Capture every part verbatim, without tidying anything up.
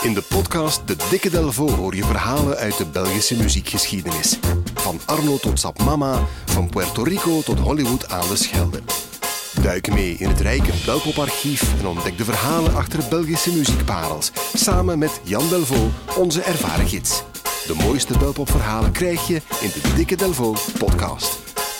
In de podcast De Dikke Delvaux hoor je verhalen uit de Belgische muziekgeschiedenis. Van Arno tot Sap Mama, van Puerto Rico tot Hollywood aan de Schelde. Duik mee in het rijke Belpop-archief en ontdek de verhalen achter Belgische muziekparels. Samen met Jan Delvaux, onze ervaren gids. De mooiste Belpop-verhalen krijg je in de Dikke Delvaux podcast.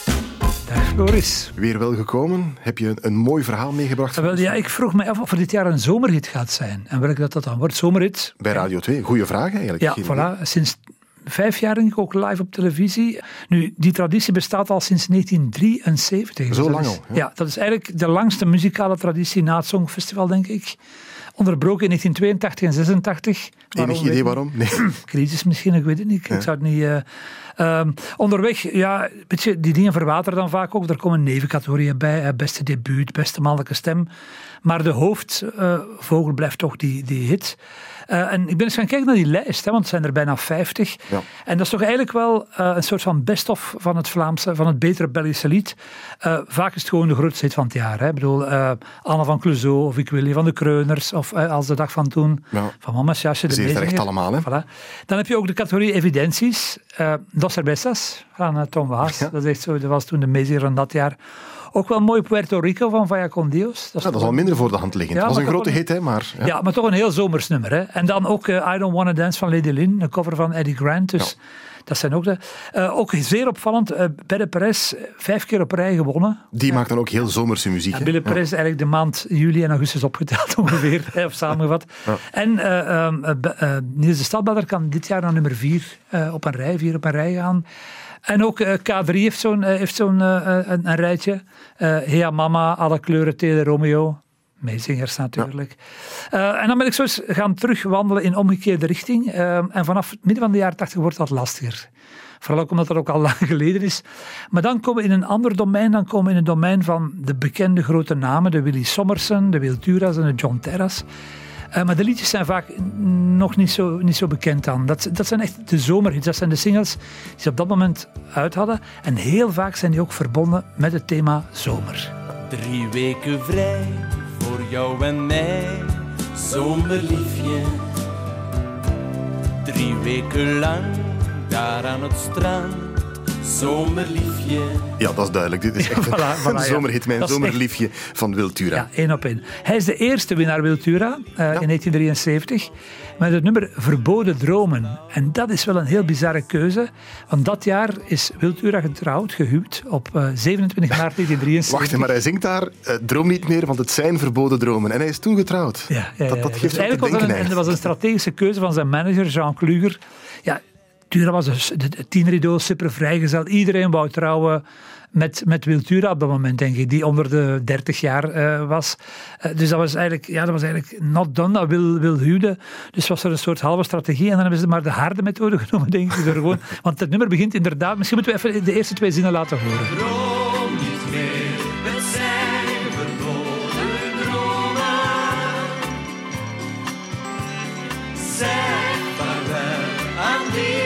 Dag Floris. Weer welgekomen. Heb je een, een mooi verhaal meegebracht? Ja, wel, ja, ik vroeg me af of er dit jaar een zomerhit gaat zijn. En welke dat, dat dan wordt. Zomerhit. Bij Radio twee. Goeie vraag eigenlijk. Ja, voilà. Sinds vijf jaar denk ik ook live op televisie. Nu, die traditie bestaat al sinds negentien drieënzeventig. Zo dus lang is, al. Ja. ja, dat is eigenlijk de langste muzikale traditie na het Songfestival, denk ik. Onderbroken in negentien tweeëntachtig en zesentachtig. Enig idee waarom? Nee. Crisis misschien, ik weet het niet. Ik ja. zou het niet... Uh, uh, onderweg, ja, weet je, die dingen verwateren dan vaak ook. Er komen nevencategorieën bij. Uh, beste debuut, beste mannelijke stem. Maar de hoofdvogel uh, blijft toch die, die hit. Uh, en ik ben eens gaan kijken naar die lijst, hè, want het zijn er bijna vijftig. Ja. En dat is toch eigenlijk wel uh, een soort van best-of van het Vlaamse, van het betere Belgische lied. Uh, vaak is het gewoon de grootste hit van het jaar. Hè. Ik bedoel, uh, Anne van Clouseau of Ik wil je van de Kreuners of uh, Als de dag van toen, ja. van Mama's Jasje. Zeer terecht allemaal. Hè? Voilà. Dan heb je ook de categorie evidenties. Uh, Dos Cervezas van uh, Tom Waas. Ja. Dat, is echt zo, dat was toen de meezier van dat jaar. Ook wel mooi Puerto Rico van Vaya con Dios. Dat is, ja, dat is al minder voor de hand liggend. Ja, dat was een grote een, hit, hè, maar... Ja. ja, maar toch een heel zomers nummer. Hè. En dan ook uh, I Don't Wanna Dance van Lady Lynn, een cover van Eddie Grant. Dus ja. dat zijn ook de... Uh, ook zeer opvallend, uh, Belle Perez, vijf keer op rij gewonnen. Die uh, maakt dan ook heel zomerse muziek. Ja, Belle Perez is eigenlijk de maand juli en augustus opgeteld ongeveer, hè, of samengevat. Ja. En uh, um, uh, uh, Niels de Stadbader kan dit jaar naar nummer vier uh, op een rij, vier op een rij gaan. En ook uh, K drie heeft zo'n, uh, heeft zo'n uh, een, een rijtje. Uh, Hea Mama, Alle kleuren, Tele Romeo. Meezingers natuurlijk. Ja. Uh, en dan ben ik zo eens gaan terugwandelen in omgekeerde richting. Uh, en vanaf het midden van de jaren tachtig wordt dat lastiger. Vooral ook omdat dat ook al lang geleden is. Maar dan komen we in een ander domein. Dan komen we in het domein van de bekende grote namen. De Willy Sommersen, de Wiltura's en de John Terras. Uh, maar de liedjes zijn vaak nog niet zo, niet zo bekend dan. Dat, dat zijn echt de zomerhits. Dat zijn de singles die ze op dat moment uit hadden. En heel vaak zijn die ook verbonden met het thema zomer. Drie weken vrij voor jou en mij, zomerliefje. Drie weken lang daar aan het strand, zomerliefje. Ja, dat is duidelijk. Dit is echt ja, voilà, voilà, een zomerhit, mijn ja. zomerliefje echt... van Wiltura. Ja, één op één. Hij is de eerste winnaar Wiltura uh, ja. in negentien drieënzeventig met het nummer Verboden Dromen. En dat is wel een heel bizarre keuze, want dat jaar is Wiltura getrouwd, gehuwd, op uh, zevenentwintig maart negentien drieënzeventig. Wacht, maar hij zingt daar, uh, droom niet meer, want het zijn verboden dromen. En hij is toen getrouwd. Ja, ja, ja, dat, dat ja. geeft dus eigenlijk was een, en dat was een strategische keuze van zijn manager, Jean Kluger. Ja, Wiltura was dus de tienrideau, super vrijgezel. Iedereen wou trouwen met, met Wiltura op dat moment, denk ik, die onder de dertig jaar uh, was. Uh, dus dat was eigenlijk, ja, dat was eigenlijk not done, dat wil, wil huwde. Dus was er een soort halve strategie. En dan hebben ze maar de harde methode genomen, denk ik. Gewoon, want het nummer begint inderdaad... Misschien moeten we even de eerste twee zinnen laten horen. Droom niet meer, het zijn verboden dromen. Zeg vaarwel aan die.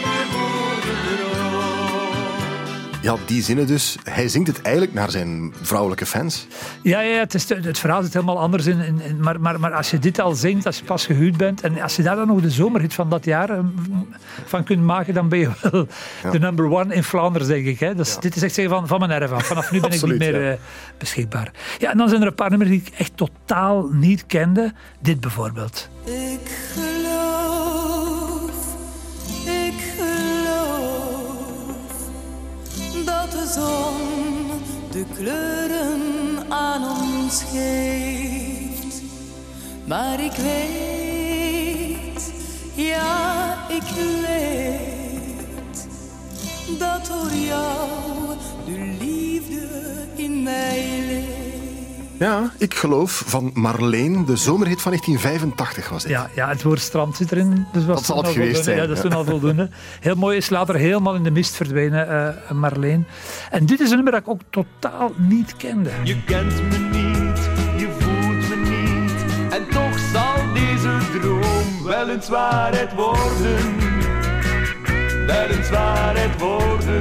Ja, die zinnen dus. Hij zingt het eigenlijk naar zijn vrouwelijke fans. Ja, ja het, is, het verhaal zit helemaal anders in. in, in maar, maar, maar als je dit al zingt, als je pas gehuwd bent, en als je daar dan nog de zomerhit van dat jaar van kunt maken, dan ben je wel ja. de number one in Vlaanderen, denk ik. Hè. Dus ja. Dit is echt zeggen van, van mijn erf af. Vanaf nu ben ik Absoluut, niet meer ja. uh, beschikbaar. Ja, en dan zijn er een paar nummers die ik echt totaal niet kende. Dit bijvoorbeeld. Ik geloof, ik geloof dat de zon de kleuren aan ons geeft. Maar ik weet, ja ik weet, dat door jou de liefde in mij leeft. Ja, ik geloof van Marleen, de zomerhit van negentien vijfentachtig was dit. Ja, ja, het woord strand zit erin. Dus was dat zal het geweest voldoende. zijn. Ja, dat is toen al voldoende. Heel mooi, is later helemaal in de mist verdwenen, uh, Marleen. En dit is een nummer dat ik ook totaal niet kende. Je kent me niet, je voelt me niet. En toch zal deze droom wel eens waarheid worden. Wel eens waarheid worden.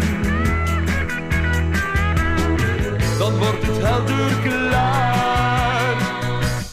Dan wordt het helder klaar.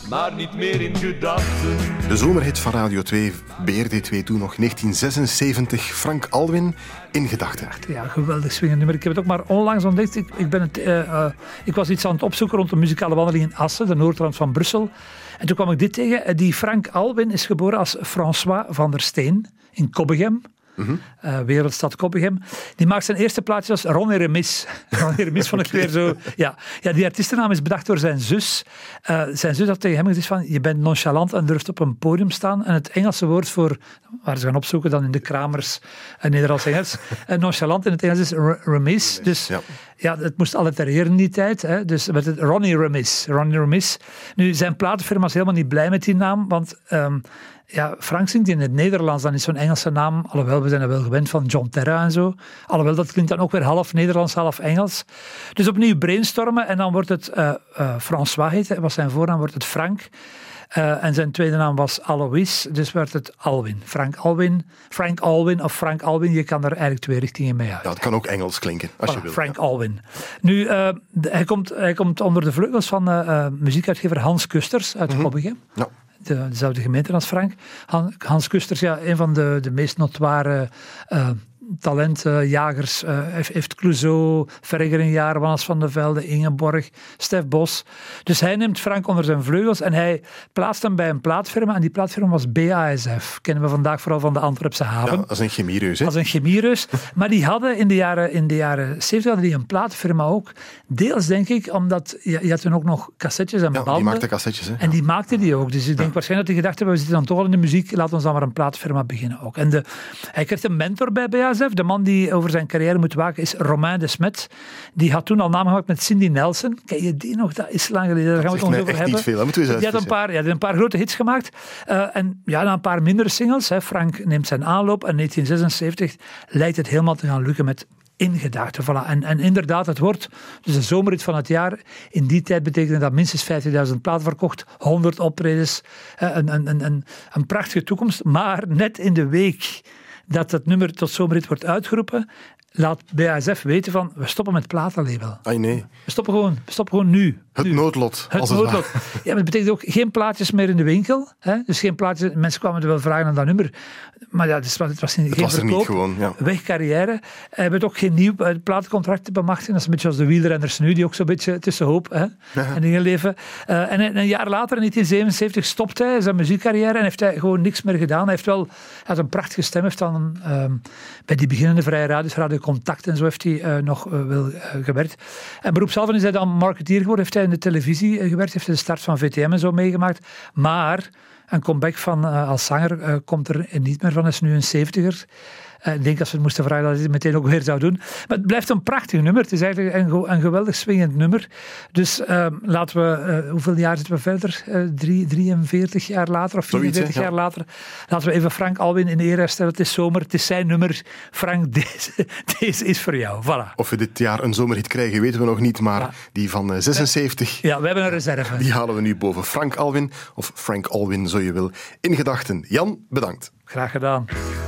maar niet meer in gedachten. De zomerhit van Radio twee, B R D twee toen nog negentien zesenzeventig, Frank Alwin, In gedachten. Ja, geweldig swingend nummer. Ik heb het ook maar onlangs ontdekt. Ik, ik, ben het, uh, uh, ik was iets aan het opzoeken rond de muzikale wandeling in Assen, de noordrand van Brussel. En toen kwam ik dit tegen. Die Frank Alwin is geboren als François van der Steen in Kobbegem. Mm-hmm. Uh, wereldstad Koppigem. Die maakt zijn eerste plaatje als Ronnie Remis. Ronnie Remis vond ik weer zo... Ja. ja, die artiestennaam is bedacht door zijn zus. Uh, zijn zus had tegen hem gezegd van, je bent nonchalant en durft op een podium staan. En het Engelse woord voor, waar ze gaan opzoeken dan in de Kramers en Nederlands-Engels, uh, nonchalant in het Engels is r- Remis. Dus ja. ja, het moest allitereren in die tijd. Hè. Dus met het Ronnie Remis. Ronnie Remis. Nu, zijn platenfirma is helemaal niet blij met die naam, want... Um, Ja, Frank zingt in het Nederlands, dan is zo'n Engelse naam, alhoewel we zijn er wel gewend van John Terra en zo, alhoewel dat klinkt dan ook weer half Nederlands, half Engels. Dus opnieuw brainstormen en dan wordt het uh, uh, François heet, was zijn voornaam, wordt het Frank. Uh, en zijn tweede naam was Alois, dus werd het Alwin. Frank Alwin, Frank Alwin of Frank Alwin, je kan er eigenlijk twee richtingen mee uit. Ja, het kan ook Engels klinken, als voilà, je wil. Frank ja. Alwin. Nu, uh, de, hij, komt, hij komt onder de vleugels van uh, uh, muziekuitgever Hans Kusters uit mm-hmm. Kobbegem. Ja. De, dezelfde gemeente als Frank. Hans Kusters, ja, een van de, de meest notoire uh, talentjagers. Uh, heeft Clouseau, Verger een jaar, Wannes van der Velde, Ingeborg, Stef Bos. Dus hij neemt Frank onder zijn vleugels en hij plaatst hem bij een plaatfirma. En die plaatfirma was B A S F. Kennen we vandaag vooral van de Antwerpse haven. Ja, als een chemiereus. Hè? Als een chemiereus. Maar die hadden in de jaren, in de jaren zeventig hadden die een plaatfirma ook. Deels denk ik, omdat je, je had toen ook nog cassettes en ja, banden. die maakte cassettes. Hè? En ja. die maakte die ook. Dus ik denk ja. waarschijnlijk dat die gedacht hebben, we zitten dan toch al in de muziek, laten we dan maar een plaatfirma beginnen ook. En de, hij kreeg een mentor bij B A S F. De man die over zijn carrière moet waken is Romain de Smet. Die had toen al naam gemaakt met Cindy Nelson. Ken je die nog? Dat is lang geleden. Daar gaan we het ons over hebben. Niet veel, dat moeten we eens die, had een paar, ja, die had een paar grote hits gemaakt. Uh, en ja, na een paar mindere singles. Hè, Frank neemt zijn aanloop. En negentien zesenzeventig lijkt het helemaal te gaan lukken met In gedachten. Voilà. En, en inderdaad, het wordt dus de zomerrit van het jaar. In die tijd betekende dat minstens vijftigduizend platen verkocht, honderd optredens, een, een, een, een, een prachtige toekomst. Maar net in de week dat het nummer tot zomerrit wordt uitgeroepen, laat B A S F weten van, we stoppen met het platenlabel. Ai nee. We stoppen gewoon, we stoppen gewoon nu. Het nu. noodlot. Het als noodlot. Het ja, maar dat betekent ook geen plaatjes meer in de winkel. Hè? Dus geen plaatjes, mensen kwamen er wel vragen aan dat nummer. Maar ja, het was, het was geen het was verkoop. Er niet gewoon, ja. Weg carrière. We hebben ook geen nieuw platencontract te bemachtigen. Dat is een beetje als de wielrenners nu, die ook zo'n beetje tussen hoop hè, ja. en dingen leven. Uh, en een jaar later, in negentien zevenenzeventig, stopt hij zijn muziekcarrière en heeft hij gewoon niks meer gedaan. Hij heeft wel hij had een prachtige stem. Heeft dan um, bij die beginnende vrije radios, Radio Contact en zo heeft hij uh, nog uh, wel uh, gewerkt. En beroepshalve is hij dan marketeer geworden. Heeft hij in de televisie uh, gewerkt. Heeft hij de start van V T M en zo meegemaakt. Maar een comeback van uh, als zanger uh, komt er niet meer van. Hij is nu een zeventiger. Uh, ik denk als we het moesten vragen dat hij het meteen ook weer zou doen. Maar het blijft een prachtig nummer. Het is eigenlijk een, ge- een geweldig swingend nummer. Dus uh, laten we, uh, hoeveel jaar zitten we verder? Uh, drie, drieënveertig jaar later of vierenveertig jaar ja. later. Laten we even Frank Alwin in ere herstellen. Het is zomer, het is zijn nummer. Frank, deze, deze is voor jou. Voilà. Of we dit jaar een zomerhit krijgen, weten we nog niet. Maar ja. die van uh, zesenzeventig... Ja, we hebben een reserve. Die halen we nu boven. Frank Alwin, of Frank Alwin, zo je wil. In gedachten. Jan, bedankt. Graag gedaan.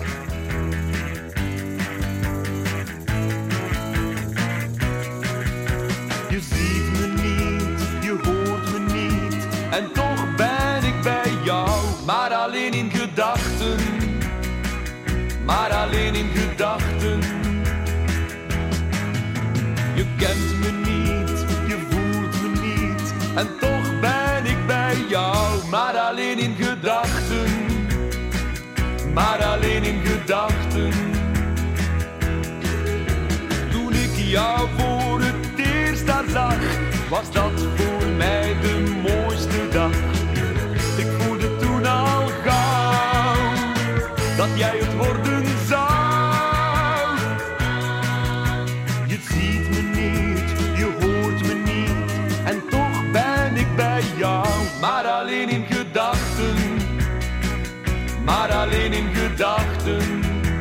Je ziet me niet, je hoort me niet, en toch ben ik bij jou. Maar alleen in gedachten, maar alleen in gedachten. Je kent me niet, je voelt me niet, en toch ben ik bij jou. Maar alleen in gedachten, maar alleen in gedachten. Toen ik jou voor het daar zag, was dat voor mij de mooiste dag. Ik voelde toen al gauw dat jij het worden zou. Je ziet me niet, je hoort me niet, en toch ben ik bij jou. Maar alleen in gedachten, maar alleen in gedachten.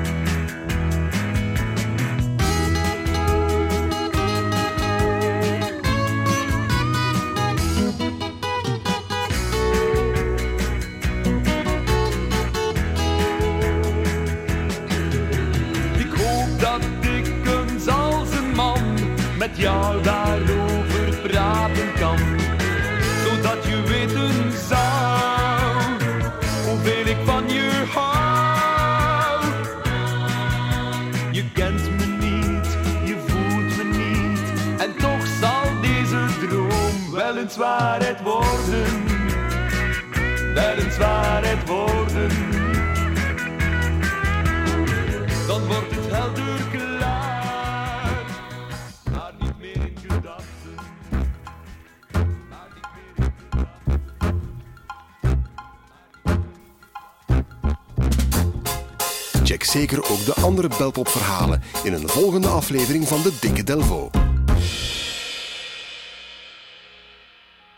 Met jou daarover praten kan, zodat je weten zou eens waarheid worden, wel eens waarheid worden. Dan wordt het helder klaar, maar niet meer in gedachten. Maar niet meer in gedachten. Check zeker ook de andere Belpop-verhalen in een volgende aflevering van de Dikke Delvaux.